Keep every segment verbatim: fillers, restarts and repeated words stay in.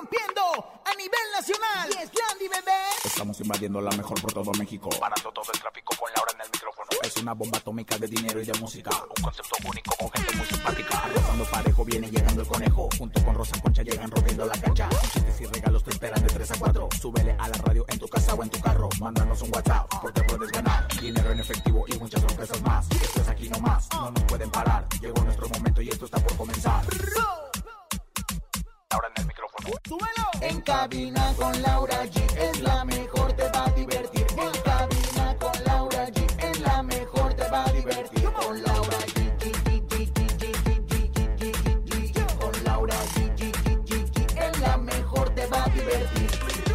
rompiendo a nivel nacional. Y es Landy, bebé. Estamos invadiendo la mejor por todo México, parando todo el tráfico con Laura en el micrófono. Es una bomba atómica de dinero y de música, un concepto único con gente muy simpática. Arrasando parejo viene llegando el conejo, junto con Rosa Concha llegan rompiendo la cancha. Con chistes y regalos te esperan de tres a cuatro. Súbele a la radio en tu casa o en tu carro. Mándanos un WhatsApp porque puedes ganar dinero en efectivo y muchas sorpresas más. Esto es aquí nomás, no nos pueden parar. Llegó nuestro momento y esto está por comenzar. Laura en el micrófono. ¡Súbelo! En cabina con Laura G es la mejor, te va a divertir. En cabina con Laura G es la mejor, te va a divertir. Con Laura G. Con Laura G. Es la mejor, te va a divertir.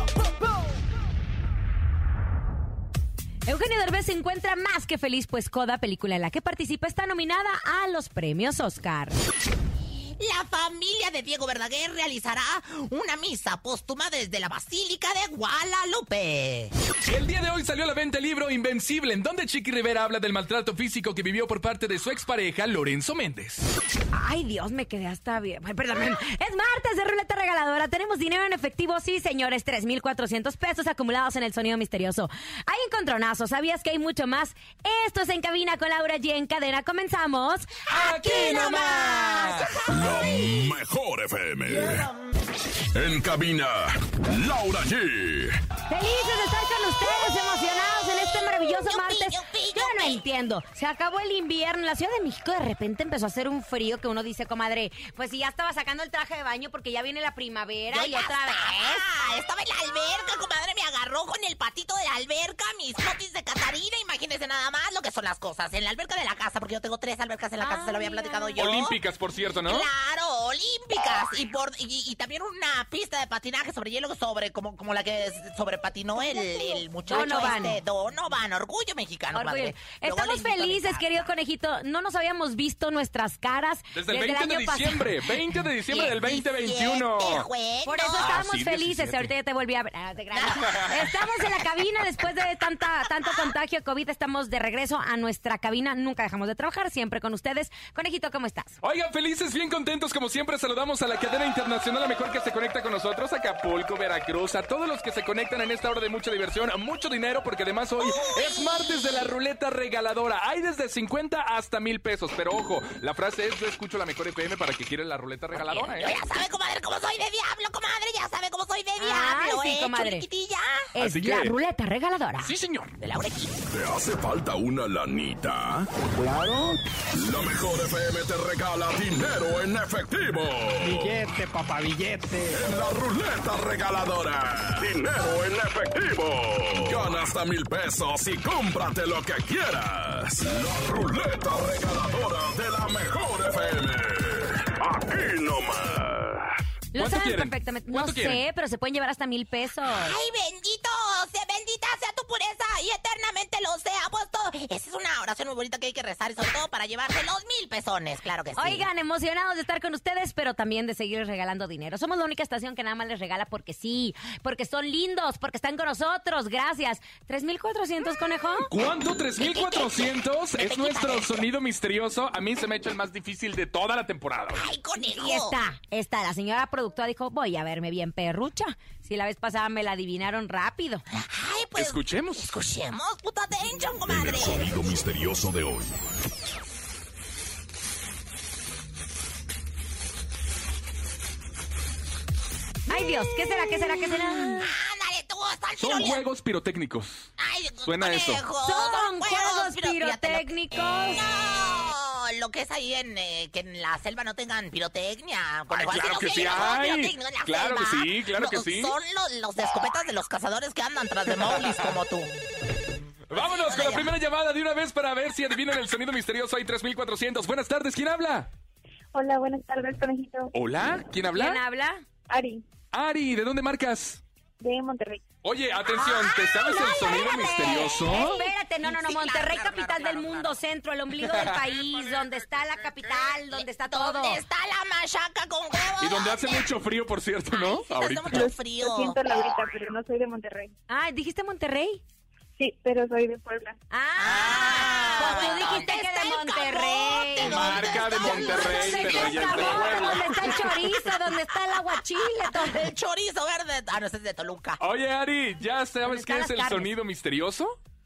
Eugenio Derbez se encuentra más que feliz, pues Coda, película en la que participa, está nominada a los premios Oscar. La familia de Diego Verdaguer realizará una misa póstuma desde la Basílica de Guadalupe. El día de hoy salió a la venta el libro Invencible, en donde Chiqui Rivera habla del maltrato físico que vivió por parte de su expareja, Lorenzo Méndez. Ay, Dios, me quedé hasta bien. Ay, perdón. Es martes de Ruleta Regaladora. Tenemos dinero en efectivo, sí, señores. tres mil cuatrocientos pesos acumulados en el sonido misterioso. Hay encontronazos. ¿Sabías que hay mucho más? Esto es En Cabina con Laura G. En cadena. Comenzamos. ¡Aquí nomás! La mejor F M. En cabina, Laura G. Felices de estar con ustedes, emocionados en este maravilloso Yupi, martes. yupi, Yo no yupi. entiendo. Se acabó el invierno. En la Ciudad de México de repente empezó a hacer un frío que uno dice, comadre, pues si ya estaba sacando el traje de baño porque ya viene la primavera Yo y ya otra estaba, vez. estaba en la alberca, comadre, me agarró con el patito de la alberca, mis potis de Catarina, imagínense nada más lo que son las cosas. En la alberca de la casa, porque yo tengo tres albercas en la casa, Ah, se lo había mira. platicado yo. Olímpicas, por cierto, ¿no? Claro, olímpicas. Y por y, y también una pista de patinaje sobre hielo, sobre como, como la que sobrepatinó el, el muchacho Donovan. este, Donovan, orgullo mexicano, Orgullo. madre. Luego Estamos le invito a mi felices, casa. querido conejito. No nos habíamos visto nuestras caras Desde el veinte de año pasado. diciembre, veinte de diciembre del veinte veintiuno. diecisiete, bueno. Por eso Ah, estábamos sí, felices. diecisiete. Ahorita ya te volví a ver. Ah, te creas. Estamos en la cabina después de tanta, tanto contagio COVID. Estamos de regreso a nuestra cabina. Nunca dejamos de trabajar, siempre con ustedes. Conejito, ¿cómo estás? Oigan, felices, bien contentos, como siempre, saludamos a la cadena internacional, la mejor que se conecta con nosotros, Acapulco, Veracruz, a todos los que se conectan en esta hora de mucha diversión, mucho dinero, porque además hoy es martes de la ruleta regaladora. Hay desde cincuenta hasta mil pesos, pero ojo, la frase es: yo escucho la mejor F M para que quiera la ruleta regaladora, Yo ¿eh? ya sabe, comadre, cómo soy de diablo, comadre. Ya sabe cómo soy de Ay, diablo, sí, ¿eh? comadre. Churiquitilla. Es Así la que- ruleta regaladora. Sí, señor. De Laura G. ¿Te hace falta una lanita? Claro. La mejor F M te regala dinero en efectivo. Billete, papá, billete. En la ruleta regaladora. Dinero en efectivo. Gana hasta mil pesos y cómprate lo que quieras. La ruleta regaladora de la mejor F M. Aquí nomás. Lo ¿Cuánto saben quieren? perfectamente. No ¿Cuánto sé, quieren? pero se pueden llevar hasta mil pesos. Ay, bendito, sea bendita sea tu pureza y eternamente lo sea, puesto. Esa es una oración muy bonita que hay que rezar y sobre todo para llevarse los mil pesones, claro que sí. Oigan, emocionados de estar con ustedes, pero también de seguir regalando dinero. Somos la única estación que nada más les regala porque sí, porque son lindos, porque están con nosotros. Gracias. ¿tres mil cuatrocientos, conejo? ¿Cuánto? ¿tres mil cuatrocientos? Es nuestro sonido misterioso. A mí se me ha hecho el más difícil de toda la temporada. Ay, conejo. Y está, está. La señora productora dijo, voy a verme bien perrucha. Si la vez pasada me la adivinaron rápido. Ay, pues. Escuchemos. Escuchemos, puta atención, En comadre. el sonido misterioso de hoy. Ay, Dios, ¿qué será? ¿Qué será? ¿Qué será? Ándale, tú, estás Son piroleando. juegos pirotécnicos. Ay, Suena eso. conejo, Son juegos piro- pirotécnicos. No, lo que es ahí en eh, que en la selva no tengan pirotecnia. Conejo, así claro no que se sí llaman hay. pirotécnicos en la Claro que selva. sí, claro que No, sí. Son los, los de escopetas de los cazadores que andan tras de Mowglis como tú. Vámonos con la primera llamada de una vez para ver si adivinan el sonido misterioso. Hay tres mil cuatrocientos. Buenas tardes, ¿quién habla? Hola, buenas tardes, conejito. Hola, ¿quién habla? ¿Quién habla? Ari, Ari, ¿de dónde marcas? de Monterrey. Oye, atención, ¿te sabes el sonido misterioso? Espérate, no, no, no, Sí, Monterrey, claro, capital claro, del claro, mundo, claro. centro, el ombligo del país, donde está la capital, donde está todo. ¿Dónde está la machaca con huevos? Y donde hace mucho frío, por cierto, ¿no? Hace Ahorita. mucho frío. Lo siento, Laurita, pero no soy de Monterrey. Ah, ¿dijiste Monterrey? Sí, pero soy de Puebla. Ah, pues tú bueno, dijiste ¿dónde que está de el Monterrey. camote? Marca de ¿Dónde Monterrey, está el pero ella es de camote? Puebla. ¿Dónde está el chorizo, donde está el aguachile. Todo. El chorizo verde. Ah, no, ese es de Toluca. Oye, Ari, ¿ya sabes qué están es las el carnes? sonido misterioso?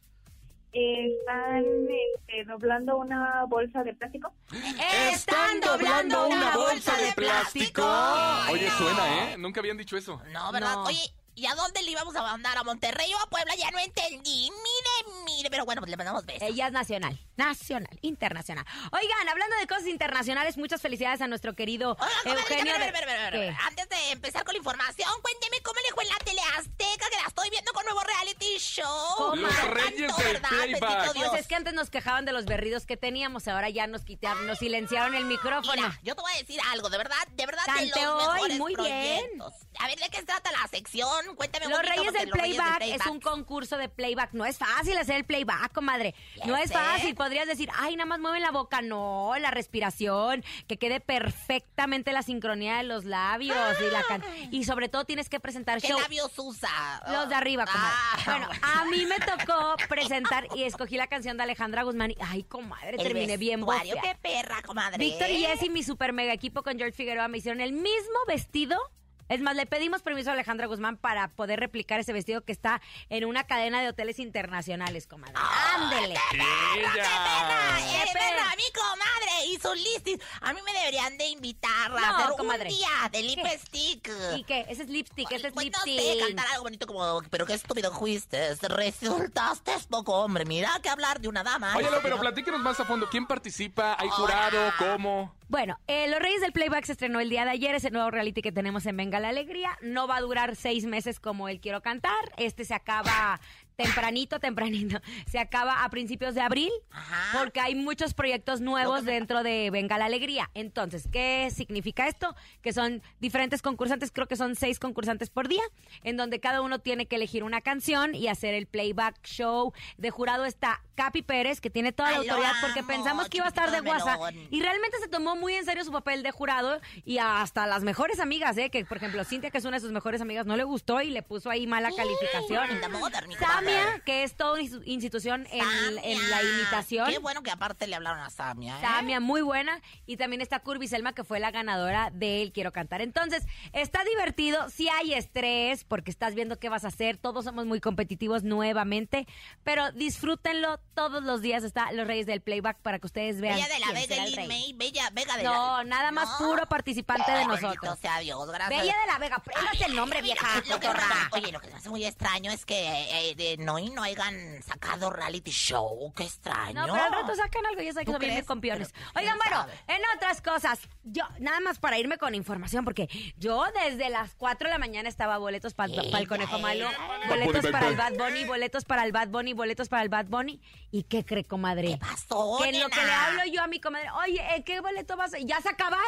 ¿Están este, doblando una bolsa de plástico? Están doblando una bolsa de plástico. Oye, suena, ¿eh? Nunca habían dicho eso. No, ¿verdad? No. Oye, ¿y a dónde le íbamos a mandar? ¿A Monterrey o a Puebla? Ya no entendí. Mire, mire. Pero bueno, pues le mandamos besos. Ella es nacional, nacional, internacional. Oigan, hablando de cosas internacionales, muchas felicidades a nuestro querido Oigan, comadre, Eugenio. ya, de- ver, ver, ver, ver, ver. ¿Qué? Antes de empezar con la información, cuénteme cómo le fue en la Tele Azteca, que la estoy viendo con nuevo reality show. Los Me Reyes encantó, del ¿verdad? Playback. Bendito Dios. Pues es que antes nos quejaban de los berridos que teníamos, ahora ya nos quitaron, nos silenciaron el micrófono. Mira, yo te voy a decir algo, de verdad, de verdad, de Cante los hoy, mejores muy bien. proyectos. A ver, ¿de qué se trata la sección? Cuéntame un Los poquito, Reyes porque del los Reyes Playback del es un concurso de playback. No es fácil hacer el playback, comadre. No Ya es sé. fácil. Podrías decir, ay, nada más mueven la boca. No, la respiración, que quede perfectamente la sincronía de los labios. Y, la can- y sobre todo tienes que presentar ¿Qué show. labios usa? Los de arriba, comadre. Ah, Bueno, a mí me tocó presentar y escogí la canción de Alejandra Guzmán. Y, ay, comadre, el terminé bien vestuario, bofia. qué perra, comadre. Víctor y Jessy, mi super mega equipo con George Figueroa, me hicieron el mismo vestido. Es más, le pedimos permiso a Alejandra Guzmán para poder replicar ese vestido que está en una cadena de hoteles internacionales, comadre. ¡Ándele! ¡Ella! ¡Eh, ¡Qué perra, perra! mi comadre! Y su listis. A mí me deberían de invitar a No, hacer comadre. un día de lipstick. ¿Y qué? Ese es lipstick, ese es Pues no sé, lipstick. cantar algo bonito como, pero qué estúpido fuiste. Resultaste poco hombre. Mira que hablar de una dama. Oye, no, pero platíquenos más a fondo. ¿Quién participa? ¿Hay jurado? ¿Cómo? Bueno, eh, Los Reyes del Playback se estrenó el día de ayer, ese nuevo reality que tenemos en Venga la Alegría. No va a durar seis meses como el Quiero Cantar. Este se acaba tempranito, tempranito. Se acaba a principios de abril, Ajá. porque hay muchos proyectos nuevos Lo que me- dentro de Venga la Alegría. Entonces, ¿qué significa esto? Que son diferentes concursantes, creo que son seis concursantes por día, en donde cada uno tiene que elegir una canción y hacer el playback show. De jurado está Capi Pérez, que tiene toda la Ay, lo autoridad, porque amo, pensamos que iba a estar de chiquito de guasa. melón. Y realmente se tomó muy en serio su papel de jurado y hasta las mejores amigas, ¿eh? Que, por ejemplo, Cintia, que es una de sus mejores amigas, no le gustó y le puso ahí mala calificación. linda moda, mi comadre. Samia, que es toda una institución en, en la Samia. imitación. Qué bueno que aparte le hablaron a Samia, ¿eh? Samia, muy buena. Y también está Curvy Selma, que fue la ganadora de El Quiero Cantar. Entonces, está divertido. Sí hay estrés, porque estás viendo qué vas a hacer. Todos somos muy competitivos nuevamente. Pero disfrútenlo todos los días. Está Los Reyes del Playback para que ustedes vean Bella de la quién Vega, será el Lin rey. May, Bella, Vega de la... No, nada más No. puro participante de Ay, nosotros. bendito sea Dios, gracias. Bella de la Vega, préndase el nombre, Mira, vieja. lo que cotorra. me- oye, lo que me hace muy extraño es que eh, de no y no hayan sacado reality show. Qué extraño. No, pero al rato sacan algo, ya sabes que ¿Tú son bien crees? compiones. Pero, Oigan, ¿quién bueno, sabe? en otras cosas, yo, nada más para irme con información, porque yo desde las cuatro de la mañana estaba boletos para el Conejo Malo, boletos para el Bad Bunny, boletos para el Bad Bunny, boletos para el Bad Bunny. ¿Y qué cree, comadre? ¿Qué pasó, Que en lo nena? que le hablo yo a mi comadre, oye, ¿eh, ¿qué boleto vas a...? ¿Ya se acabaron?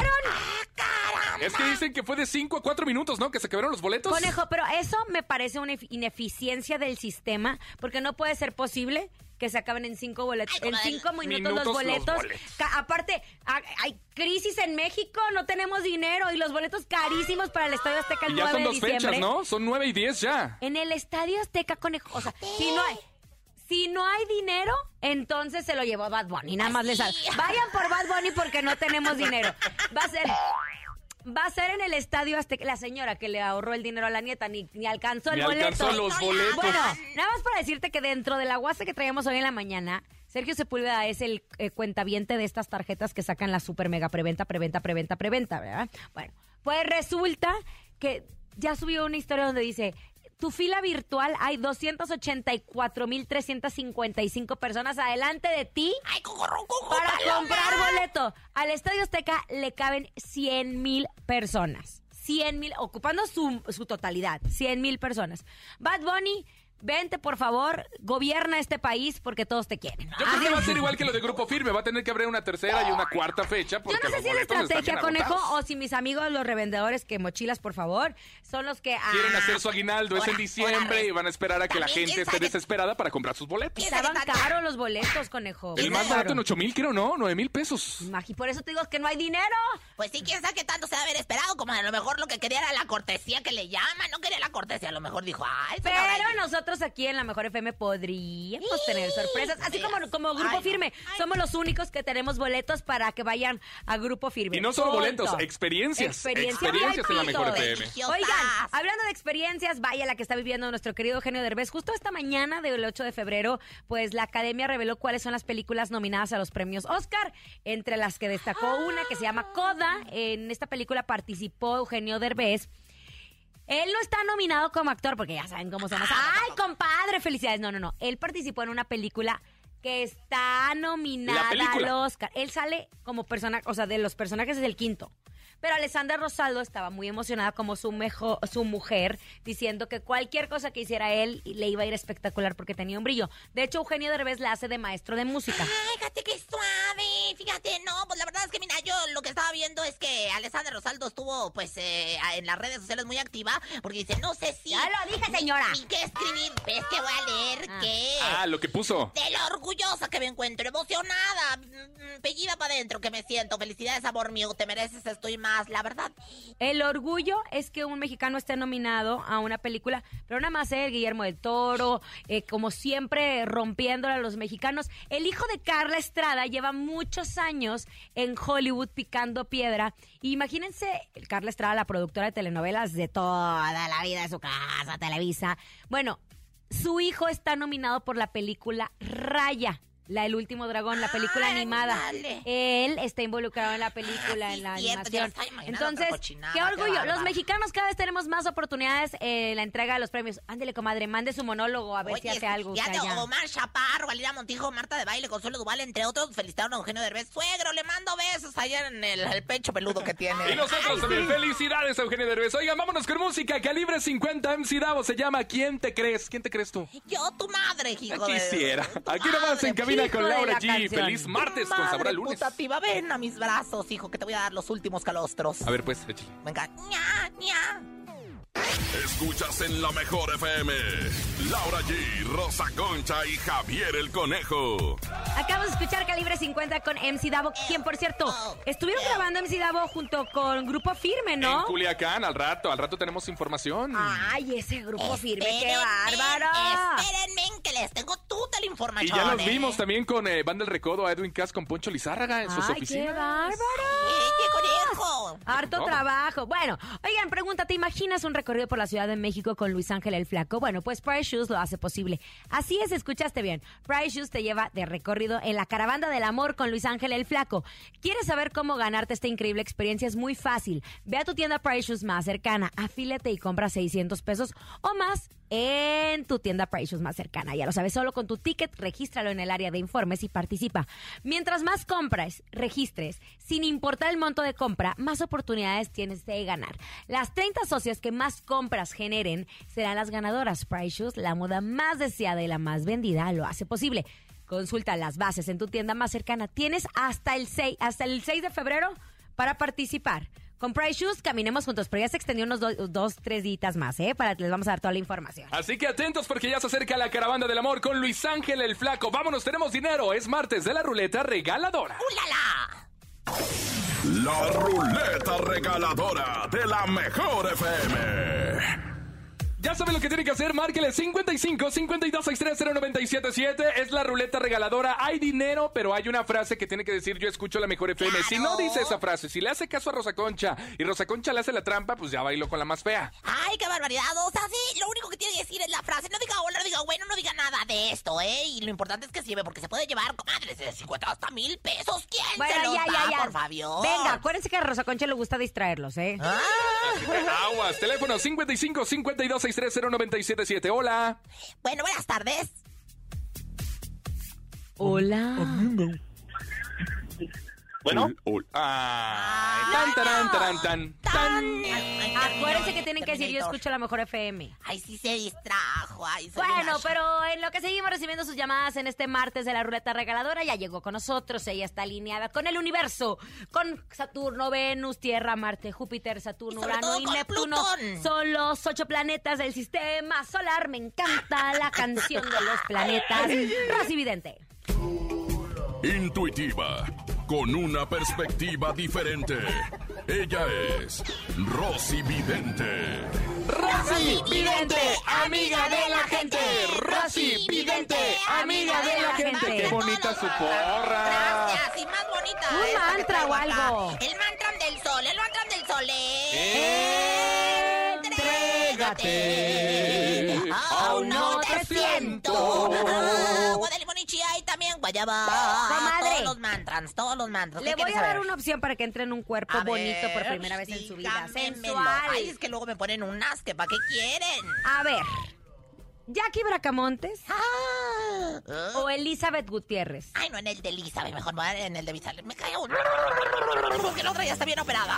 Es que dicen que fue de cinco a cuatro minutos, ¿no? Que se acabaron los boletos. Conejo, pero eso me parece una ef- ineficiencia del sistema, porque no puede ser posible que se acaben en cinco boletos, Ay, en comadre. cinco minutos, Minutos los los boletos. boletos. Ca- aparte, ha- hay crisis en México, no tenemos dinero y los boletos carísimos para el Estadio Azteca el Y ya nueve son de dos diciembre. fechas, ¿no? Son nueve y diez ya. En el Estadio Azteca, Conejo, o sea, si no hay... Si no hay dinero, entonces se lo llevó Bad Bunny. Nada más les sal- Vayan por Bad Bunny porque no tenemos dinero. Va a ser... Va a ser en el Estadio Azteca. La señora que le ahorró el dinero a la nieta ni, ni alcanzó el Ni boleto. alcanzó los boletos. Bueno, nada más para decirte que dentro de la guasa que traíamos hoy en la mañana, Sergio Sepúlveda es el eh, cuentaviente de estas tarjetas que sacan la super mega preventa, preventa, preventa, preventa, ¿verdad? Bueno, pues resulta que ya subió una historia donde dice... Tu fila virtual hay doscientos ochenta y cuatro mil trescientos cincuenta y cinco personas adelante de ti Ay, cocorro, cocorro, para paloma. comprar boleto. Al Estadio Azteca le caben cien mil personas. cien mil, ocupando su, su totalidad. cien mil personas. Bad Bunny, vente por favor, gobierna este país porque todos te quieren. Yo creo que va a ser igual que lo de Grupo Firme. Va a tener que abrir una tercera y una cuarta fecha. Yo Porque no sé los si es boletos están estrategia, bien Conejo, agotados. o si mis amigos los revendedores que mochilas, por favor, son los que... ah, Quieren hacer su aguinaldo, es Ahora- en diciembre ahora, y van a esperar a que la también, gente ¿quién esté sabe? desesperada para comprar sus boletos. ¿Quién Estaban sabe tanto? caros los boletos, Conejo. El más barato en ocho mil, creo, ¿no? nueve mil pesos. Magi, por eso te digo que no hay dinero. Pues sí, quién sabe qué tanto se debe haber esperado. Como a lo mejor lo que quería era la cortesía que le llaman. No quería la cortesía. A lo mejor dijo, ay, se Pero la va a ir. nosotros nosotros aquí en la Mejor F M podríamos tener sorpresas. Así como, como Grupo Firme. Somos los únicos que tenemos boletos para que vayan a Grupo Firme. Y no solo Punto. boletos, experiencias. Experiencia Experiencias en la Mejor F M. Oigan, hablando de experiencias, vaya la que está viviendo nuestro querido Eugenio Derbez. Justo esta mañana del ocho de febrero, pues la Academia reveló cuáles son las películas nominadas a los premios Oscar, entre las que destacó una que se llama Coda. En esta película participó Eugenio Derbez. Él no está nominado como actor, porque ya saben cómo somos. ¡Ay, compadre! ¡Felicidades! No, no, no. Él participó en una película que está nominada al Oscar. Él sale como personaje, o sea, de los personajes es el quinto. Pero Alessandra Rosaldo estaba muy emocionada como su, mejor, su mujer, diciendo que cualquier cosa que hiciera él le iba a ir espectacular porque tenía un brillo. De hecho, Eugenio Derbez la hace de maestro de música. Ay, fíjate qué suave. Fíjate, no, pues la verdad es que, mira, yo lo que estaba viendo es que Alessandra Rosaldo estuvo, pues, eh, en las redes sociales muy activa, porque dice, no sé si... Ya lo dije, señora. Ni qué escribir. ¿Ves que voy a leer? Ah. ¿Qué? Ah, lo que puso. De lo orgullosa que me encuentro, emocionada, mm, pellida para adentro que me siento. Felicidades, amor mío, te mereces esto y más, la verdad. El orgullo es que un mexicano esté nominado a una película, pero nada más él, Guillermo del Toro, eh, como siempre rompiéndole a los mexicanos. El hijo de Carla Estrada lleva muchos años en Hollywood picando piedra. Imagínense, Carla Estrada, la productora de telenovelas de toda la vida de su casa, Televisa. Bueno, su hijo está nominado por la película Raya. La El Último Dragón, la película Ay, animada. dale. Él está involucrado en la película, Ah, sí, en la cierto, ya animación. estaba imaginando Entonces, otra cochinada, qué qué orgullo. Los bárbaro. mexicanos cada vez tenemos más oportunidades en la entrega de los premios. Ándele, comadre, mande su monólogo a ver Oye, si hace algo. fíjate, usted allá. Omar Chaparro, Valeria Montijo, Marta de Baile, Consuelo Duval, entre otros, felicitaron a Eugenio Derbez. Suegro, le mando besos allá en el, el pecho peludo que tiene. Y nosotros también. Felicidades a Eugenio Derbez. Oigan, vámonos con música. Calibre cincuenta, M C Davo se llama ¿Quién te crees? ¿Quién te crees tú? Yo, tu madre, hijo de... Quisiera. tu Aquí nomás madre, en cabina hijo con de Laura la G. canción. Feliz martes con Madre sabor a lunes. putativa, ven a mis brazos, hijo, que te voy a dar los últimos calostros. A ver, pues, échale. Venga. Ña, ña. Escuchas en la Mejor F M. Laura G, Rosa Concha y Javier el Conejo. Acabamos de escuchar Calibre cincuenta con M C Davo, quien, por cierto, estuvieron grabando M C Davo junto con Grupo Firme, ¿no? En Culiacán, al rato. Al rato tenemos información. Ay, ese Grupo Firme, qué Espérenme, bárbaro. Espérenme, que les tengo toda la Y información. ya los ¿eh? vimos también con eh, Banda El Recodo, a Edwin Cass con Poncho Lizárraga en sus Ay, oficinas. qué bárbaro. ¡Eh, qué conejo! Harto No. trabajo. Bueno, oigan, pregunta, ¿te imaginas un recorrido por la Ciudad de México con Luis Ángel el Flaco? Bueno, pues Price Shoes lo hace posible. Así es, escuchaste bien. Price Shoes te lleva de recorrido en la caravana del amor con Luis Ángel el Flaco. ¿Quieres saber cómo ganarte esta increíble experiencia? Es muy fácil. Ve a tu tienda Price Shoes más cercana, afíliate y compra seiscientos pesos o más en tu tienda Price Shoes más cercana. Ya lo sabes, solo con tu ticket, regístralo en el área de informes y participa. Mientras más compras, registres, sin importar el monto de compra, más oportunidades tienes de ganar. Las treinta socias que más compras generen serán las ganadoras. Price Shoes, la moda más deseada y la más vendida, lo hace posible. Consulta las bases en tu tienda más cercana. Tienes hasta el seis, hasta el seis de febrero para participar. Con Price Shoes, caminemos juntos, pero ya se extendió unos do, dos, tres días más, ¿eh? Para que les vamos a dar toda la información. Así que atentos porque ya se acerca la caravana del amor con Luis Ángel el Flaco. Vámonos, tenemos dinero. Es martes de la ruleta regaladora. ¡Ulala! La ruleta regaladora de la Mejor F M. Ya saben lo que tienen que hacer, márquele cincuenta y cinco, cincuenta y dos, sesenta y tres, cero nueve siete siete. Es la ruleta regaladora. Hay dinero, pero hay una frase que tiene que decir: yo escucho la Mejor F M. Claro. Si no dice esa frase, si le hace caso a Rosa Concha y Rosa Concha le hace la trampa, pues ya bailó con la más fea. ¡Ay, qué barbaridad! O sea, sí, lo único que tiene que decir es la frase. No diga hola, no diga bueno, no diga nada de esto, ¿eh? Y lo importante es que se lleve, porque se puede llevar, comadres, de cincuenta hasta mil pesos. ¿Quién Bueno, se los ya, da, ya, ya. por favor? Venga, acuérdense que a Rosa Concha le gusta distraerlos, ¿eh? Ah. Así que aguas. Teléfono cincuenta y cinco, cincuenta y dos, sesenta y tres, cero nueve siete siete. Hola. Bueno, buenas tardes. Hola. Bueno. Hola. Ay, tan, taran, taran, tan, tan. Acuérdense que tienen que decir: yo escucho la Mejor F M. Ay, sí se distrajo. Ay, soy Bueno, una- pero en lo que seguimos recibiendo sus llamadas en este martes de la ruleta regaladora, ya llegó con nosotros. Ella está alineada con el universo, con Saturno, Venus, Tierra, Marte, Júpiter, Saturno, Y sobre Urano todo y con Neptuno. Plutón. Son los ocho planetas del sistema solar. Me encanta la canción de los planetas. Rosy Vidente. Intuitiva, con una perspectiva diferente. Ella es Rosy Vidente. Rosy Vidente, amiga de la gente. su porra. Gracias, y más bonita. Un esta que mantra traigo o acá. algo. El mantra del sol, el mantra del sol es... Entrégate, aún no te siento. Agua de limón y chía y también guayaba. Comadre. Todos los mantras, todos los mantras. Le ¿Qué voy a quieres dar saber? una opción para que entre en un cuerpo A bonito por ver, primera vez en su vida. dígamelo. Sensual. Ay, es que luego me ponen unas que ¿para qué quieren? A ver, Jackie Bracamontes Ah. o Elizabeth Gutiérrez. Ay, no, en el de Elizabeth, mejor me voy a dar en el de Bizarre. Me cayó un... Porque la otra ya está bien operada.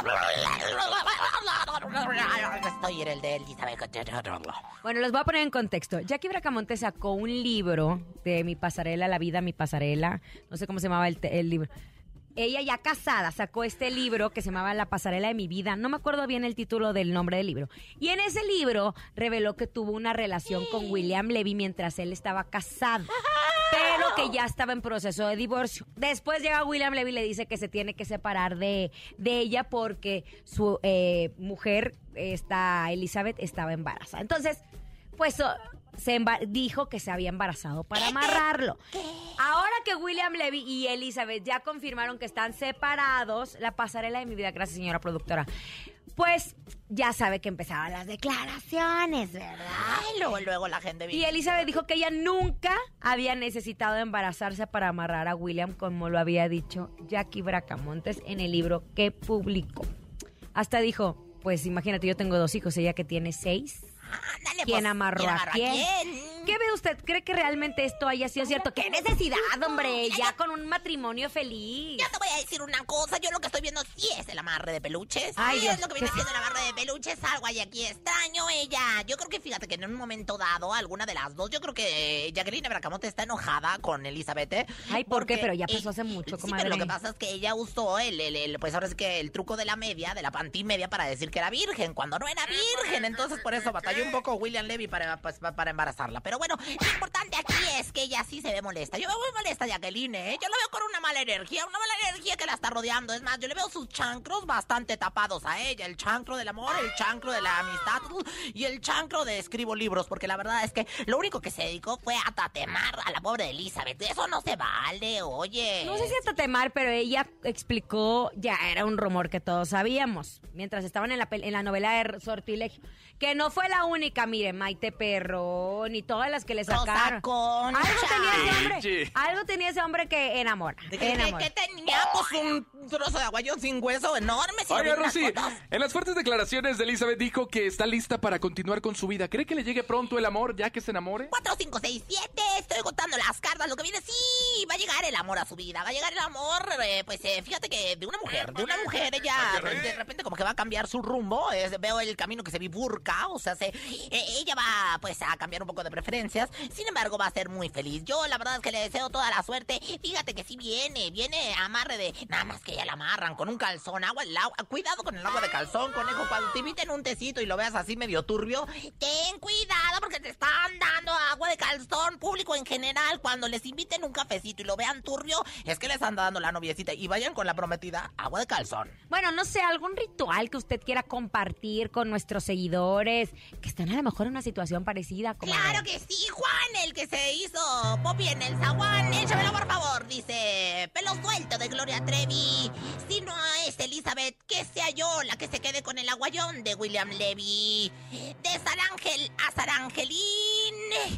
Estoy en el de Elizabeth. Bueno, los voy a poner en contexto. Jackie Bracamontes sacó un libro de Mi Pasarela, La Vida, Mi Pasarela. No sé cómo se llamaba el, te- el libro. Ella ya casada sacó este libro que se llamaba La Pasarela de mi Vida. No me acuerdo bien el título del nombre del libro. Y en ese libro reveló que tuvo una relación con William Levy mientras él estaba casado. Pero que ya estaba en proceso de divorcio. Después llega William Levy y le dice que se tiene que separar de, de ella porque su eh, mujer, esta Elizabeth, estaba embarazada. Entonces, pues... oh, se emba- dijo que se había embarazado para amarrarlo. Ahora que William Levy y Elizabeth ya confirmaron que están separados, La Pasarela de mi Vida, gracias señora productora, pues ya sabe que empezaban las declaraciones, ¿verdad? Ay, luego, luego la gente... Y Elizabeth dijo que ella nunca había necesitado embarazarse para amarrar a William, como lo había dicho Jackie Bracamontes en el libro que publicó. Hasta dijo, pues imagínate, yo tengo dos hijos, ella que tiene seis. Ándale, ¿Quién pues, amarró ¿quién a amarró quién? quién? ¿Qué ve usted? ¿Cree que realmente esto haya sido cierto? ¡Qué necesidad, hombre! Ya con un matrimonio feliz. Yo te voy a decir una cosa, yo lo que estoy viendo sí es el amarre de peluches. Ay, sí Dios, es lo que viene ¿qué? siendo el amarre de peluches, algo hay aquí extraño ella. Yo creo que fíjate que en un momento dado, alguna de las dos, yo creo que Jacqueline Bracamonte está enojada con Elizabeth. ¿eh? Ay, ¿por qué? Porque, Pero ya pasó eh, hace mucho, sí, comadre. pero lo que pasa es que ella usó el, el, el, pues ahora sí que el truco de la media, de la pantimedia, para decir que era virgen, cuando no era virgen. Entonces por eso batalló un poco William Levy para, pues, para embarazarla. Pero bueno, lo importante aquí es que ella sí se ve molesta. Yo me veo muy molesta, Jacqueline, ¿eh? Yo la veo con una mala energía, una mala energía que la está rodeando. Es más, yo le veo sus chancros bastante tapados a ella. El chancro del amor, el chancro de la amistad y el chancro de escribo libros. Porque la verdad es que lo único que se dedicó fue a tatemar a la pobre Elizabeth. Eso no se vale, oye. No sé si hasta temar, pero ella explicó, ya era un rumor que todos sabíamos, mientras estaban en la, pel- en la novela de Sortilegio, que no fue la única, mire, Maite Perrón y todas las que le sacaron. Rosa Concha. Algo tenía ese hombre, Sí. algo tenía ese hombre que enamora. ¿De qué, enamora. qué tenía? Pues un trozo de aguayón sin hueso enorme. sin Oiga, abrir las Rosy, fotos. en las fuertes declaraciones de Elizabeth dijo que está lista para continuar con su vida. ¿Cree que le llegue pronto el amor ya que se enamore? cuatro, cinco, seis, siete, estoy contando las cartas, lo que viene, sí, va a llegar el amor a su vida, va a llegar el amor, eh, pues eh, fíjate que de una mujer, de una mujer, ella de repente como que va a cambiar su rumbo, eh, veo el camino que se bifurca, o sea, se, eh, ella va pues a cambiar un poco de preferencias, sin embargo va a ser muy feliz, yo la verdad es que le deseo toda la suerte, fíjate que sí viene, viene amarre de, nada más que ya la amarran con un calzón, agua, el agua, cuidado con el agua de calzón, conejo, cuando te inviten un tecito y lo veas así medio turbio, ten cuidado porque te están dando agua de calzón, público en general, cuando les inviten un cafecito y lo vean turbio, es que les anda dando la noviecita y vayan con la prometida, agua de calzón. Bueno, no sé, algún ritual que usted quiera compartir con nuestros seguidores, que estén a lo mejor en una situación parecida. Como Claro que sí, Juan, el que se hizo Poppy en el zaguán, échamelo por favor, dice, pelo suelto de Gloria Trevi, si no es Elizabeth, que sea yo la que se quede con el aguayón de William Levy, de San Ángel a San Angelín,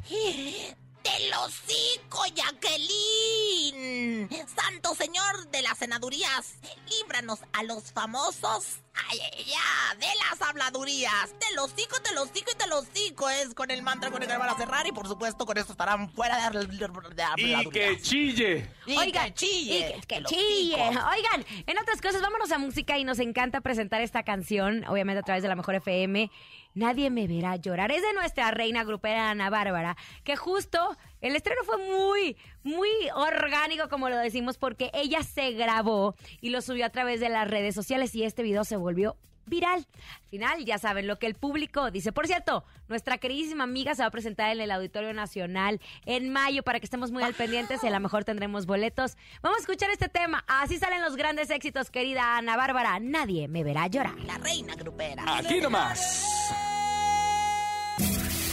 del hocico, Jacqueline, Santo Señor de las senadurías, líbranos a los famosos, ay, ay, ya, de las habladurías, del hocico, del hocico y del hocico, es con el mantra con el que van a cerrar y por supuesto con esto estarán fuera de, de, de habladurías. Y que chille. Y Oigan, que chille. y que, que el chille. hocico. Oigan, en otras cosas, vámonos a música y nos encanta presentar esta canción, obviamente a través de la Mejor F M. Nadie me verá llorar. Es de nuestra reina grupera Ana Bárbara, que justo el estreno fue muy, muy orgánico, como lo decimos, porque ella se grabó y lo subió a través de las redes sociales y este video se volvió viral. Al final, ya saben lo que el público dice. Por cierto, nuestra queridísima amiga se va a presentar en el Auditorio Nacional en mayo para que estemos muy al pendientes y a lo mejor tendremos boletos. Vamos a escuchar este tema. Así salen los grandes éxitos, querida Ana Bárbara. Nadie me verá llorar. La reina grupera. Aquí nomás. Ni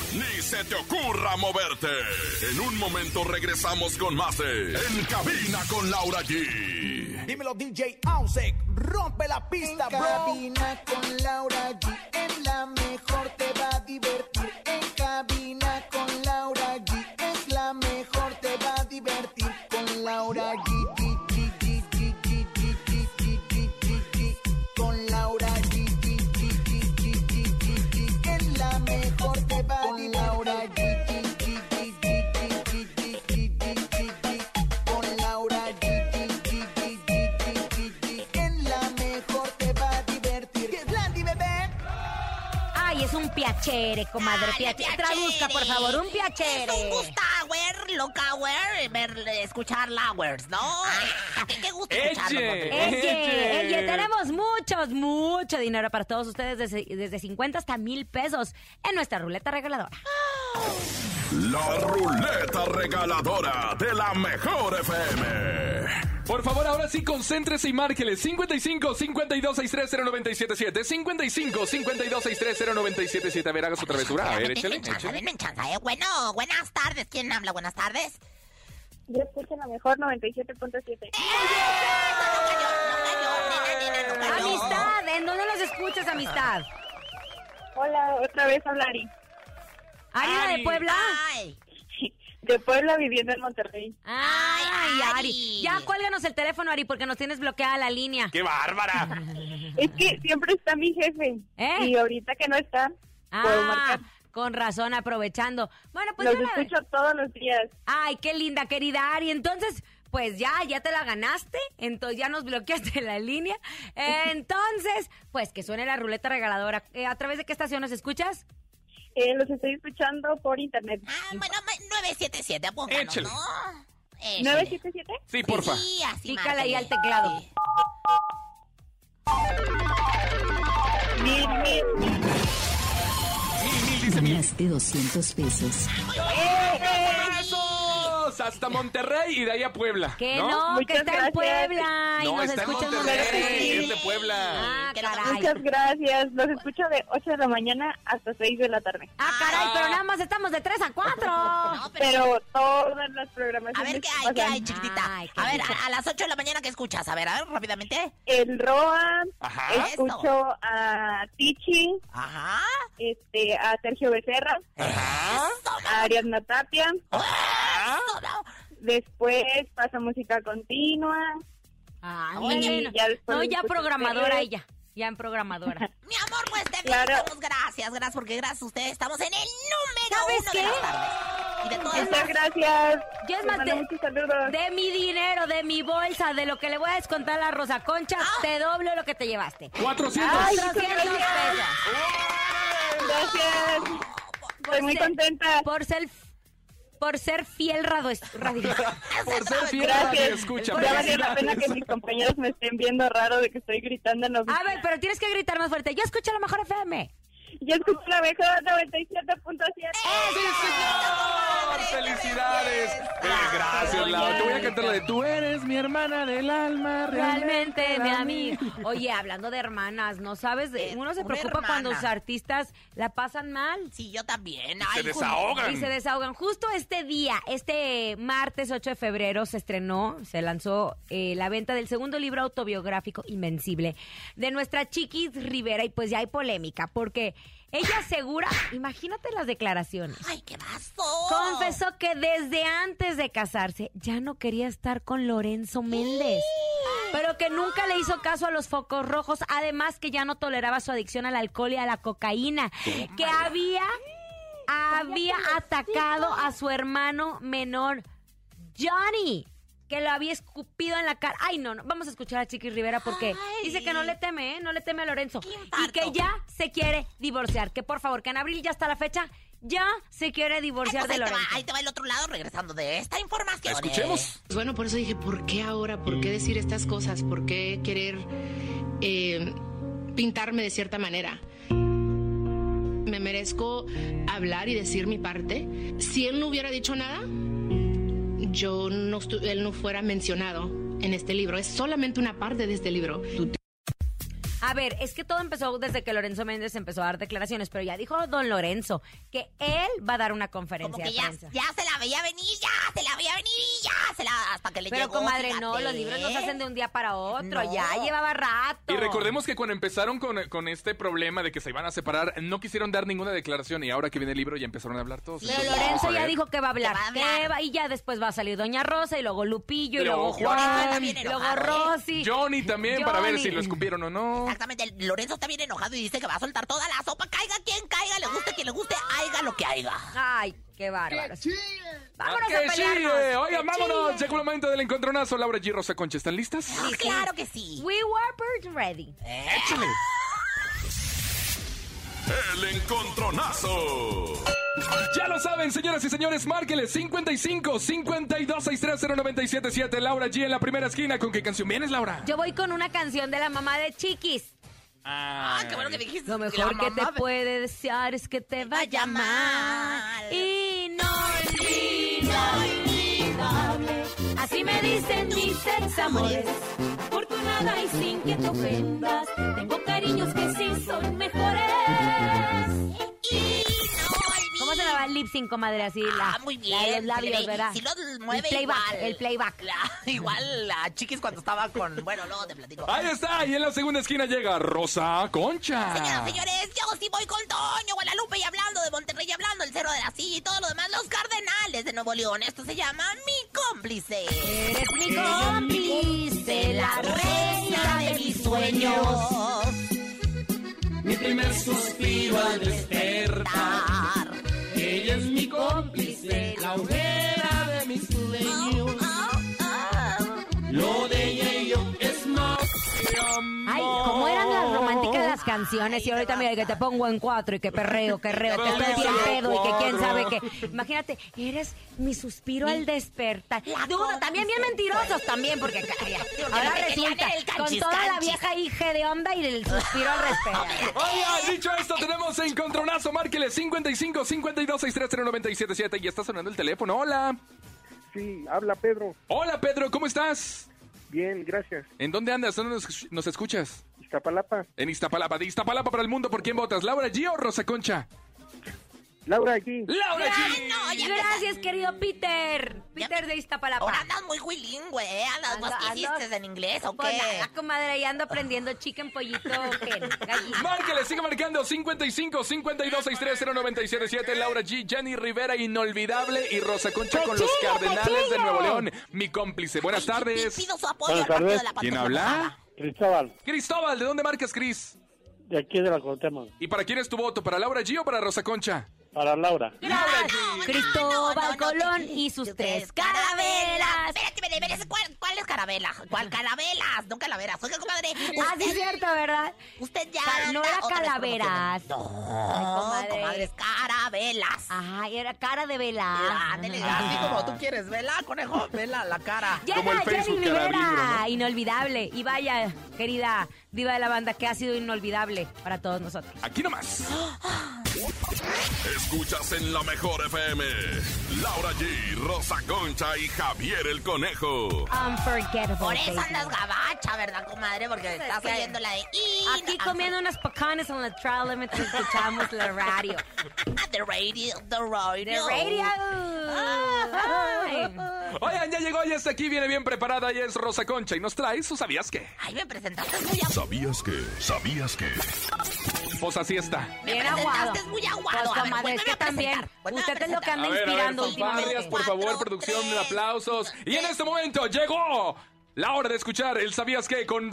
se te ocurra moverte. En un momento regresamos con más de En Cabina con Laura G. Dímelo, D J Ausek, rompe la pista, En bro. cabina con Laura G, en la mejor te va a divertir. En cabina con Laura G, es la mejor te va a divertir. Con Laura G, G, G, G, G, G, G, G, G, G, G, G. Con Laura G, G, G, G, G, G, G, G. En la mejor te va a divertir. Con Laura G, G, G, G, G, G, G, G, G, G, G. Con Laura G, G, G, G, G, G, G, G. En la mejor te va a divertir. ¿Qué es Landy, bebé? Ay, es un piacere, comadre. Dale, Piacere. Traduzca, por favor, un piacere. Es un gustawer, locawer, ver, escuchar lowers, ¿no? ¿Qué, qué gusto escucharlo? Eche. Monte? Eye, Eche. eye, tenemos muchos, mucho dinero para todos ustedes, desde, desde cincuenta hasta mil pesos en nuestra ruleta regaladora. La ruleta regaladora de la mejor F M. Por favor, ahora sí, concéntrese y márquele. cincuenta y cinco, cincuenta y dos, sesenta y tres, cero noventa y siete siete. cincuenta y cinco, cincuenta y dos, sesenta y tres, cero noventa y siete siete. A ver, haga su travesura. A ver, échale, Denme chance, échale. denme chance, eh. Bueno, buenas tardes. ¿Quién habla? Buenas tardes. Yo escucho la mejor noventa y siete punto siete. Amistad, ¿en dónde los escuchas, amistad? Hola, otra vez habla Ari. ¿Ariana de Ari. Puebla? Ay, De Puebla, viviendo en Monterrey. Ay, Ay, Ari. Ari. Ya cuélganos el teléfono, Ari, porque nos tienes bloqueada la línea. ¡Qué bárbara! Es que siempre está mi jefe. ¿Eh? Y ahorita que no está, puedo Ah, marcar. con razón, aprovechando. Bueno, pues Los yo la- escucho todos los días. Ay, qué linda, querida Ari. Entonces, pues ya, ya te la ganaste. Entonces ya nos bloqueaste la línea. Entonces, pues que suene la ruleta regaladora. Eh, ¿A través de qué estación nos escuchas? Eh, los estoy escuchando por internet. ah, bueno, nueve siete siete, pónganos, Échale. ¿no? Échale. ¿nueve siete siete? Sí, porfa. Sí, así Pícale ahí márquele. al teclado. Sí. Mil, mil. Mil, mil, dice mil. Ganaste doscientos pesos. ¡Besos! Hasta Monterrey y de ahí a Puebla. Que ¿no? no, Muchas que está en gracias. Puebla. Y No, nos está en escuchan Monterrey, en es de Puebla. Ah, Que lo- caray. Muchas gracias. Los escucho de ocho de la mañana hasta seis de la tarde. Ah, caray, pero nada más estamos de tres a cuatro. No, pero... Pero todas las A programaciones ver, ¿qué que hay? ¿Qué pasan. hay, chiquitita? Ay, qué A ver, rico. a, a las ocho de la mañana, ¿qué escuchas? A ver, a ver, rápidamente. El Roa, Ajá. escucho a Tichi, Ajá. este, a Sergio Becerra, Ajá. a Ariadna Tapia. Ajá. No, no. Después pasa música continua. Ay, Oye, bueno. ya después No, de ya escuchar programadora ustedes. ella. Ya en programadora. Mi amor, pues te Claro. felicitamos. Gracias, gracias, porque gracias a ustedes estamos en el número ¿Sabes uno qué? de las tardes. Y de todas Muchas gracias. Yo es Les más, mando de, muchos saludos. de mi dinero, de mi bolsa, de lo que le voy a descontar a la Rosa Concha, Ah. te doblo lo que te llevaste. cuatrocientos. Ay, cuatrocientos muchas pesos. Gracias. Estoy muy ser- contenta. Por ser, por ser fiel radio. radio. Por ser fiel Gracias. radio escucha. Ya valió la pena felicidades. que mis compañeros me estén viendo raro de que estoy gritando en la oficina. A ver, pero tienes que gritar más fuerte. Yo escucho la mejor F M. Yo escucho la mejor noventa y siete punto siete. ¡Sí, señor! ¡Felicidades! Eh, gracias, Laura. Te voy a cantar la de Tú eres mi hermana del alma. Realmente, mi para amigo. mí. Oye, hablando de hermanas, ¿no sabes? Eh, Uno se una preocupa cuando hermana. los artistas la pasan mal. Sí, yo también. Se Ay, desahogan. Y se desahogan. Justo este día, este martes ocho de febrero, se estrenó, se lanzó eh, la venta del segundo libro autobiográfico Invencible de nuestra Chiquis Rivera. Y pues ya hay polémica, porque ella asegura, imagínate las declaraciones. Ay, ¿qué pasó? Confesó que desde antes de casarse ya no quería estar con Lorenzo Méndez, pero que nunca le hizo caso a los focos rojos, además que ya no toleraba su adicción al alcohol y a la cocaína, que había, había atacado a su hermano menor, Johnny, que lo había escupido en la cara. Ay, no, no, vamos a escuchar a Chiquis Rivera porque Ay. dice que no le teme, ¿eh? No le teme a Lorenzo. Qué Y infarto. que ya se quiere divorciar. Que por favor, que en abril ya está la fecha, ya se quiere Ay, divorciar pues de ahí, te va, Lorenzo. ahí te va el otro lado regresando de esta información. Escuchemos. Pues bueno, por eso dije, ¿por qué ahora? ¿Por qué decir estas cosas? ¿Por qué querer eh, pintarme de cierta manera? Me merezco hablar y decir mi parte. Si él no hubiera dicho nada, yo no estu- él no fuera mencionado en este libro. Es solamente una parte de este libro. A ver, es que todo empezó desde que Lorenzo Méndez empezó a dar declaraciones, pero ya dijo don Lorenzo que él va a dar una conferencia Como que de ya, prensa. ya se la veía venir, ya se la veía venir y ya se la... hasta que le Pero, llegó, comadre, fíjate. no, los libros no se hacen de un día para otro, No. ya llevaba rato. Y recordemos que cuando empezaron con, con este problema de que se iban a separar, no quisieron dar ninguna declaración y ahora que viene el libro ya empezaron a hablar todos. Pero Entonces, Lorenzo vamos a ya ver. dijo que va a hablar, Que va a que hablar. va- y ya después va a salir Doña Rosa y luego Lupillo y Luego luego Juan, Juan. y luego Enojado, ¿eh? Rosy. Johnny también para ver Johnny. si lo escupieron o no. Exactamente, el Lorenzo está bien enojado y dice que va a soltar toda la sopa, caiga quien caiga, le guste quien le guste, haiga lo que haiga. Ay, qué bárbaro. Vámonos ¡Que a pelearnos. chille! Oigan, ¡Que vámonos. chille! Llegó el momento del encontronazo. Laura G. Rosa Concha, ¿están listas? Sí, Ah, sí. claro que sí. We were bird ready. ¡Échale! El encontronazo. Ya lo saben, señoras y señores, márqueles cincuenta y cinco, cincuenta y dos, sesenta y tres, cero nueve siete siete. Laura G en la primera esquina. ¿Con qué canción vienes, Laura? Yo voy con una canción de la mamá de Chiquis. Ah, qué bueno que dijiste. Lo la mejor que te mamá- puede desear es que te vaya mal. Inolvidable. Así me dicen mis ex amores. Afortunada y sin que te ofendas. Tengo cariños que sí son mejores. ¿Cómo se llama el lip sync, comadre? Así la, Ah, muy bien. la de los labios, Sí, ¿verdad? sí lo mueve el playback, igual. el playback. La- igual la Chiquis cuando estaba con... Bueno, luego te platico. Ahí está, y en la segunda esquina llega Rosa Concha. Señoras, señores, yo sí voy con Toño, Guadalupe y hablando de Monterrey, y hablando del Cerro de la Silla y todo lo demás, los Cardenales de Nuevo León. Esto se llama Mi Cómplice. Eres mi cómplice, la reina de mis sueños. Mi primer suspiro al despertar. Ella es mi cómplice, la hoguera de mis sueños. Lo de ella y yo es más que amor. Ay, cómo eran las románticas las canciones. Y ahorita mira que te pongo en cuatro y que perreo, que reo, que estoy bien pedo y que quién sabe qué. Imagínate, eres mi suspiro al despertar. Duda, también bien mentirosos también, porque calla. Ahora resulta con toda la vieja hija de onda y el suspiro al despertar. Oiga, dicho esto, tenemos encontronazo. Márqueles cincuenta y cinco, cincuenta y dos, sesenta y tres, cero nueve siete siete. Y está sonando el teléfono. Hola. Sí, habla Pedro. Hola, Pedro, ¿cómo estás? Bien, gracias. ¿En dónde andas? ¿Dónde nos, nos escuchas? Iztapalapa. En Iztapalapa. De Iztapalapa para el mundo, ¿por quién votas? ¿Laura G o Rosa Concha? Laura aquí. ¡Laura Ay, G! no, ya Gracias, querido Peter. Peter de Iztapalapa. Ahora andas muy bilingüe, ¿eh? Andas, Ando- ¿vos qué ando- hiciste en inglés o Pues qué? nada, comadre, ya ando aprendiendo chicken, pollito, ¿qué? Gallina. Márqueles, sigue marcando cincuenta y cinco, cincuenta y dos, sesenta y tres, cero nueve siete siete. Laura G, Jenny Rivera, Inolvidable y Rosa Concha con los Cardenales de Nuevo León. Mi cómplice. Buenas Ay, tardes. Pido su apoyo Buenas al partido tardes. de la ¿Quién Pantera habla? Mojada. Cristóbal, Cristóbal, ¿de dónde marcas, Cris? de aquí de la Cuauhtémoc. ¿Y para quién es tu voto? ¿Para Laura G o para Rosa Concha? Para Laura. Gracias. no, Cristóbal no, no, Colón no, y sus Tus tres carabelas. Espérate, espérate, espérate, ¿cuál, ¿cuál es carabela? ¿Cuál carabelas? No calaveras. Oiga, comadre. Ah, sí, usted- es cierto, ¿verdad? Usted ya Ca- no anda era otra vez calaveras. promocionando. Ay, No, comadre. comadres, carabelas. Ay, era cara de vela. Ándele, así como tú quieres. Vela, conejo, vela la cara. Como el Llega Facebook Jenny cada Rivera, libro, ¿no? inolvidable. Y vaya, querida diva de la banda, que ha sido inolvidable para todos nosotros. Aquí nomás. Escuchas en la mejor F M. Laura G, Rosa Concha y Javier el Conejo. Unforgettable. Por eso baby. andas gabacha, ¿verdad, comadre? Porque Pues estás que- oyendo la de... Aquí comiendo unas pacanes en la trala mientras escuchamos la radio. The radio, the radio. The radio. Ay. Oigan, ya llegó, ya está aquí, viene bien preparada y es Rosa Concha y nos trae su ¿sabías qué? Ay, me presentaste muy aguado. ¿Sabías que? ¿Sabías que? Pues así está. Me Bien presentaste aguado. muy aguado. Pues, A ver, comadre, vuélveme es que a presentar, también vuélveme a usted es lo que presentar. anda A ver, a ver, inspirando fanfarrias, últimamente. por favor, Cuatro, producción, tres, aplausos. Y en este momento llegó la hora de escuchar el ¿sabías qué? Con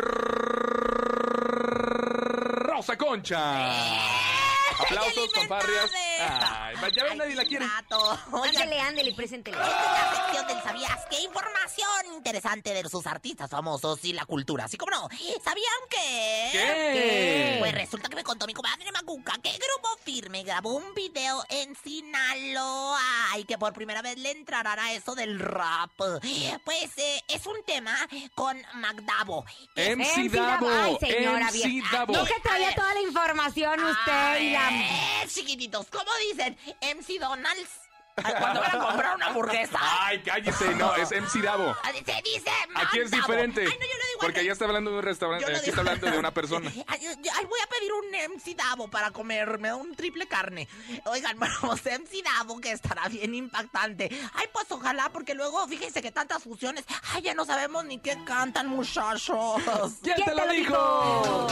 Rosa Concha. Aplausos, Jenny fanfarrias. Mercado. Ay, ya ven, nadie la quiere. Rato. Oigan, Ándele, ándele, preséntele. esta es la sección del ¿sabías qué? Información interesante de sus artistas famosos y la cultura. Así como no, ¿sabían que? ¿Qué? Pues resulta que me contó mi comadre Macuca que Grupo Firme grabó un video en Sinaloa y que por primera vez le entrarán a eso del rap. Pues eh, es un tema con Magdavo. M C M C Davo. Davo. Ay, señora, M C bien. Davo. No que traía toda la información usted y la... Eh, chiquititos, ¿cómo dicen? M C Donalds. Ay, cuando van a comprar una hamburguesa. Ay, cállese, no, es M C Davo. Se dice Aquí es Magdavo. diferente. Ay, no, yo lo digo Porque ya está hablando de un restaurante, aquí está hablando de una persona. Ay, ay, voy a pedir un M C Davo para comerme un triple carne. Oigan, bueno, M C Davo que estará bien impactante. Ay, pues ojalá, porque luego, fíjense que tantas fusiones. Ay, ya no sabemos ni qué cantan, muchachos. ¿Quién, ¿Quién te lo dijo?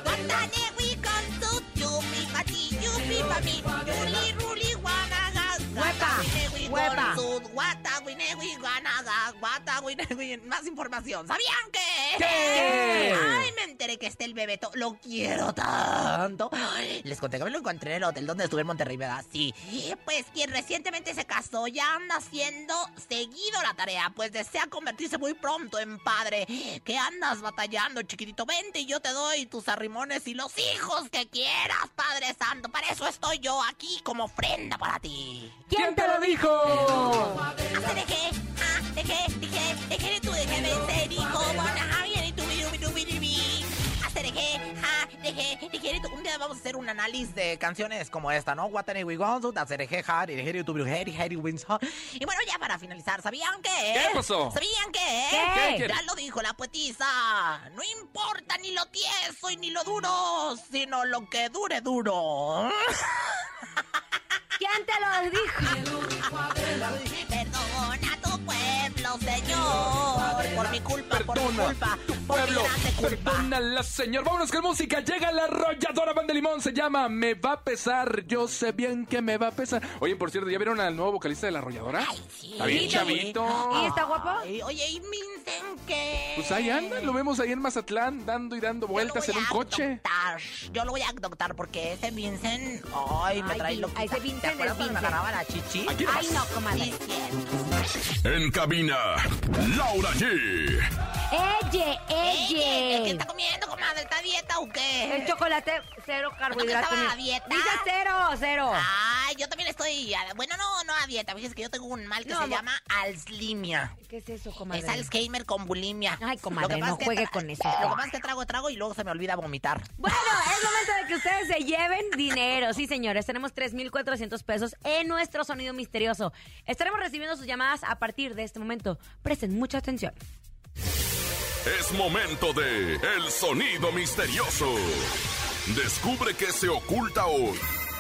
Más información. ¿Sabían que? ¿Qué? Ay, me enteré que este el Bebeto. Lo quiero tanto. Ay, les conté que me lo encontré en el hotel donde estuve en Monterrey, ¿verdad? Sí. Pues quien recientemente se casó ya anda haciendo seguido la tarea, pues desea convertirse muy pronto en padre. ¿Qué andas batallando, chiquitito? Vente y yo te doy tus arrimones y los hijos que quieras, Padre Santo. Para eso estoy yo aquí como ofrenda para ti. ¿Quién te lo dijo? Dejé, ah, dejé, dejé, dejé, tú dejé, dejé, dijo, bueno, bien, y tú, y tú, y tú, dejé, ah, dejé, dejé, un día vamos a hacer un análisis de canciones como esta, ¿no? What an we go to, that's a dejé, hard, y dejé, tú, dejé, dejé, wins, y bueno, ya para finalizar, ¿sabían qué? ¿Qué pasó? ¿Sabían qué? ¿Qué? ¿Qué? Ya lo dijo la poetisa, no importa ni lo tieso y ni lo duro, sino lo que dure duro. ¿Quién te lo dijo? Perdona a tu pueblo, Señor, por mi culpa, Perdona por mi culpa, tu por pueblo, mi grande culpa. perdónala, Señor. Vámonos con música. Llega la arrolladora Banda Limón. Se llama Me va a pesar. Yo sé bien que me va a pesar. Oye, por cierto, ¿ya vieron al nuevo vocalista de la arrolladora? Ay, sí. Está bien chavito. ¿Y está guapo? Ay, oye, y me dicen que... Pues ahí anda, lo vemos ahí en Mazatlán, dando y dando vueltas en un coche. Adoptar. Yo lo voy a adoptar porque ese Vincent... Ay, me Ay, trae Vin- loquita. a ese Vincent ¿Te acuerdas es cuando me Vincent. agarraba la chichi? Aquí Ay, no, comadre. Sí, cierto. En cabina, Laura G. ¡Elle, Ey, ¿qué elle! está comiendo, comadre? ¿Está a dieta o qué? El chocolate, cero carbohidratos. estaba a dieta? Dice cero, cero. Ay, yo también estoy... a- Bueno, no, no a dieta. Fíjese que yo tengo un mal que No, se mo- llama Alzheimer. ¿Qué es eso, comadre? Es Alzheimer con bulimia. Ay, comadre, Lo que pasa no es que juegue tra- con eso. Lo que pasa es que trago, trago y luego se me olvida vomitar. Bueno, es momento de que ustedes se lleven dinero. Sí, señores, tenemos tres mil cuatrocientos pesos en nuestro sonido misterioso. Estaremos recibiendo sus llamadas a partir de este momento. Presten mucha atención. Es momento de El Sonido Misterioso. Descubre qué se oculta hoy.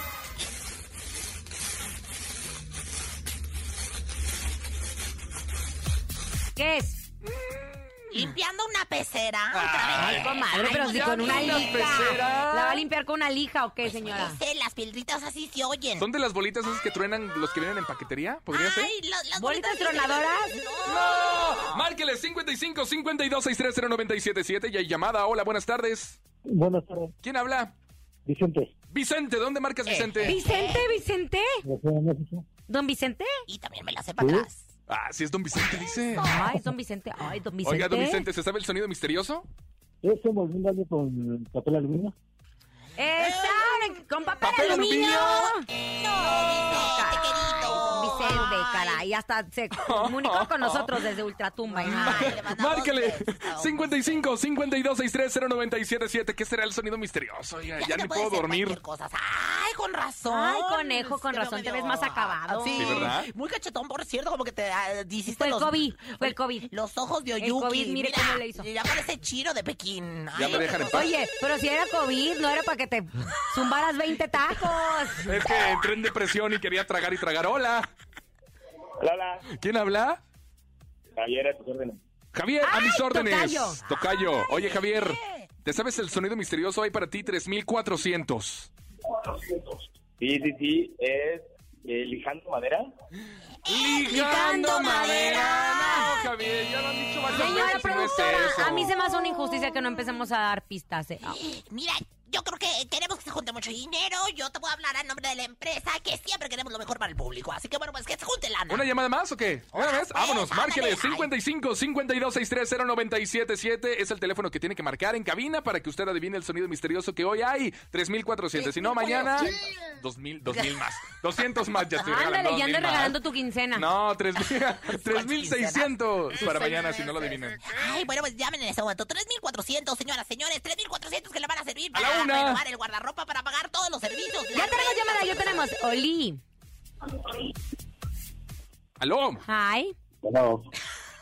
¿Qué es? Limpiando una pecera. Ay, Comadre, pero si con una una lija. pecera. ¿La va a limpiar con una lija o qué, señora? No sé, las piedritas así se oyen. ¿Son de las bolitas esas que truenan los que vienen en paquetería? ¿Podría ser? Ay, la- las ¿Bolitas bolitas tronadoras? ¡No! Márquele cincuenta y cinco, cincuenta y dos, sesenta y tres, cero noventa y siete siete y hay llamada. Hola, buenas tardes. Buenas tardes. ¿Quién habla? Vicente. Vicente, ¿dónde marcas, Eh, Vicente? ¿Vicente, Vicente? ¿De Ciudad de México? ¿Don Vicente? Y también me la sé para atrás. Ah, sí es don Vicente, dice. Ay, don Vicente. Ay, don Vicente. Oiga, don Vicente, ¿se sabe el sonido misterioso? Estoy envolviendo algo con papel aluminio. ¡Está con papel, ¿Papel aluminio! aluminio? Vicente, querido. Vicente, caray, hasta se comunicó con nosotros desde Ultratumba. Ay, le mandamos Márquele besos. cincuenta y cinco, cincuenta y dos, sesenta y tres, cero noventa y siete siete. ¿Qué será el sonido misterioso? Oiga, ya te ni puede puedo ser dormir. cualquier cosa. Ay, con razón. Ay, conejo, con Te veo razón, te medio- ves más acabado. Sí, Sí, ¿verdad? Muy cachetón, por cierto, como que te ah, hiciste Fue el los... COVID, fue el COVID. Los ojos de El Oyuki. COVID, mire Mira, cómo le hizo. Ya parece Chiro de Pekín. Ya Ay, me dejan en paz. Oye, pero si era COVID, no era para que te zumbaras veinte tacos. Es que entré en depresión y quería tragar y tragar. ¡Hola! Hola. ¿Quién habla? Javier, a tus órdenes. Javier, a ¡Ay, mis órdenes. tocayo! Tocayo. Oye, Javier, ¿te sabes el sonido misterioso? Hay para ti tres mil cuatrocientos. Sí, sí, sí. Es eh, lijando madera. ¡Ligando madera! No, Javier, ya lo han dicho varias Señora veces y no es productora, eso. a mí se me hace una injusticia que no empecemos a dar pistas. eh. Ah. Mira, yo creo que queremos que se junte mucho dinero. Yo te puedo hablar a nombre de la empresa, que siempre queremos lo mejor para el público. Así que bueno, pues que se junte lana. ¿Una llamada más o qué? ¿Una vez? Vámonos, ándale, márquele. ay. cincuenta y cinco, cincuenta y dos, sesenta y tres, cero noventa y siete siete. Es el teléfono que tiene que marcar en cabina para que usted adivine el sonido misterioso que hoy hay. tres mil cuatrocientos. Si no, mañana, dos mil, dos mil más. doscientos más, ya estoy regalando. Ándale, dos ya mil ando más. regalando tu quincena. No, tres mil seiscientos para mañana si no lo adivinan. Ay, bueno, pues llamen en ese momento. tres mil cuatrocientos, señoras, señores. tres mil cuatrocientos que le van a servir A la para una. renovar el guardarropa, para pagar todos los servicios. Ya tenemos llamada, ya tenemos. Oli. ¿Aló? Hi. Bueno,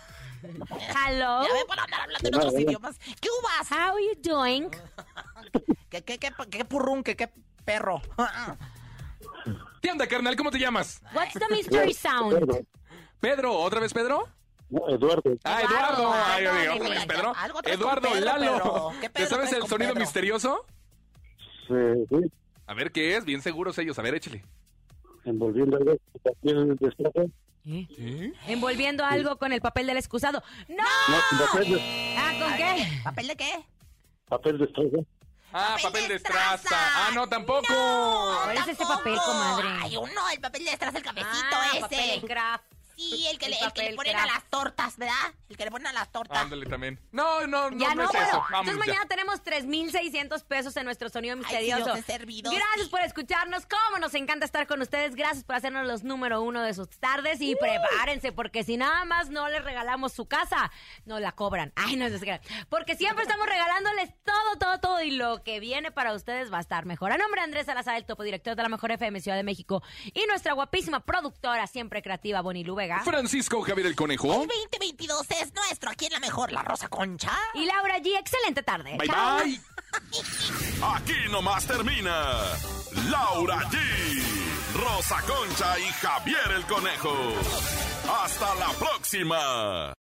Hello. Ya ve por andar hablando en otros idiomas. ¿Qué uvas? How are you doing? ¿Qué, qué, qué, qué purrún, qué, qué perro? ¿Qué onda, carnal? ¿Cómo te llamas? What's the mystery sound? Pedro, ¿otra vez Pedro? No, Eduardo. Ah, Eduardo. Eduardo. Ay, Ah, yo no, digo, ni ¿otra vez mira, Pedro? algo traes Eduardo, con Pedro, Lalo. pero, ¿qué ¿Te Pedro sabes traes el con sonido Pedro? misterioso? Sí, sí. A ver, ¿qué es? Bien seguros ellos. A ver, échale. Envolviendo algo papel de estraza. ¿Eh? ¿Eh? Envolviendo algo con el papel del excusado. ¡No! No, papel de, ¿Ah, con qué? ¿Papel de qué? papel de estraza. Ah, Papel papel de de estraza. estraza. Ah, no, tampoco. ¿Cuál es ese tampoco. papel, comadre? Ay, uno, el papel de estraza, el cafecito Ah, ese. papel craft. Sí, el que, El le, el que papel le ponen craft. a las tortas, ¿verdad? El que le ponen a las tortas. Ándale también. No, no, no, Ya no, no, es bueno, eso. Vamos entonces ya. mañana tenemos tres mil seiscientos pesos en nuestro sonido misterioso. Dios, he servido, Gracias sí. por escucharnos, cómo nos encanta estar con ustedes, gracias por hacernos los número uno de sus tardes y prepárense, porque si nada más no les regalamos su casa, nos la cobran. Ay, no, no se crean. Porque siempre estamos regalándoles todo, todo, todo y lo que viene para ustedes va a estar mejor. A nombre de Andrés Salazar, el topo director de la Mejor F M Ciudad de México y nuestra guapísima productora, siempre creativa, Bonilú Vega. Francisco Javier el Conejo. El veinte veintidós es nuestro, aquí en La Mejor, La Rosa Concha. Y Laura G, excelente tarde. Bye, Chao. bye. Aquí nomás termina Laura G, Rosa Concha y Javier el Conejo. Hasta la próxima.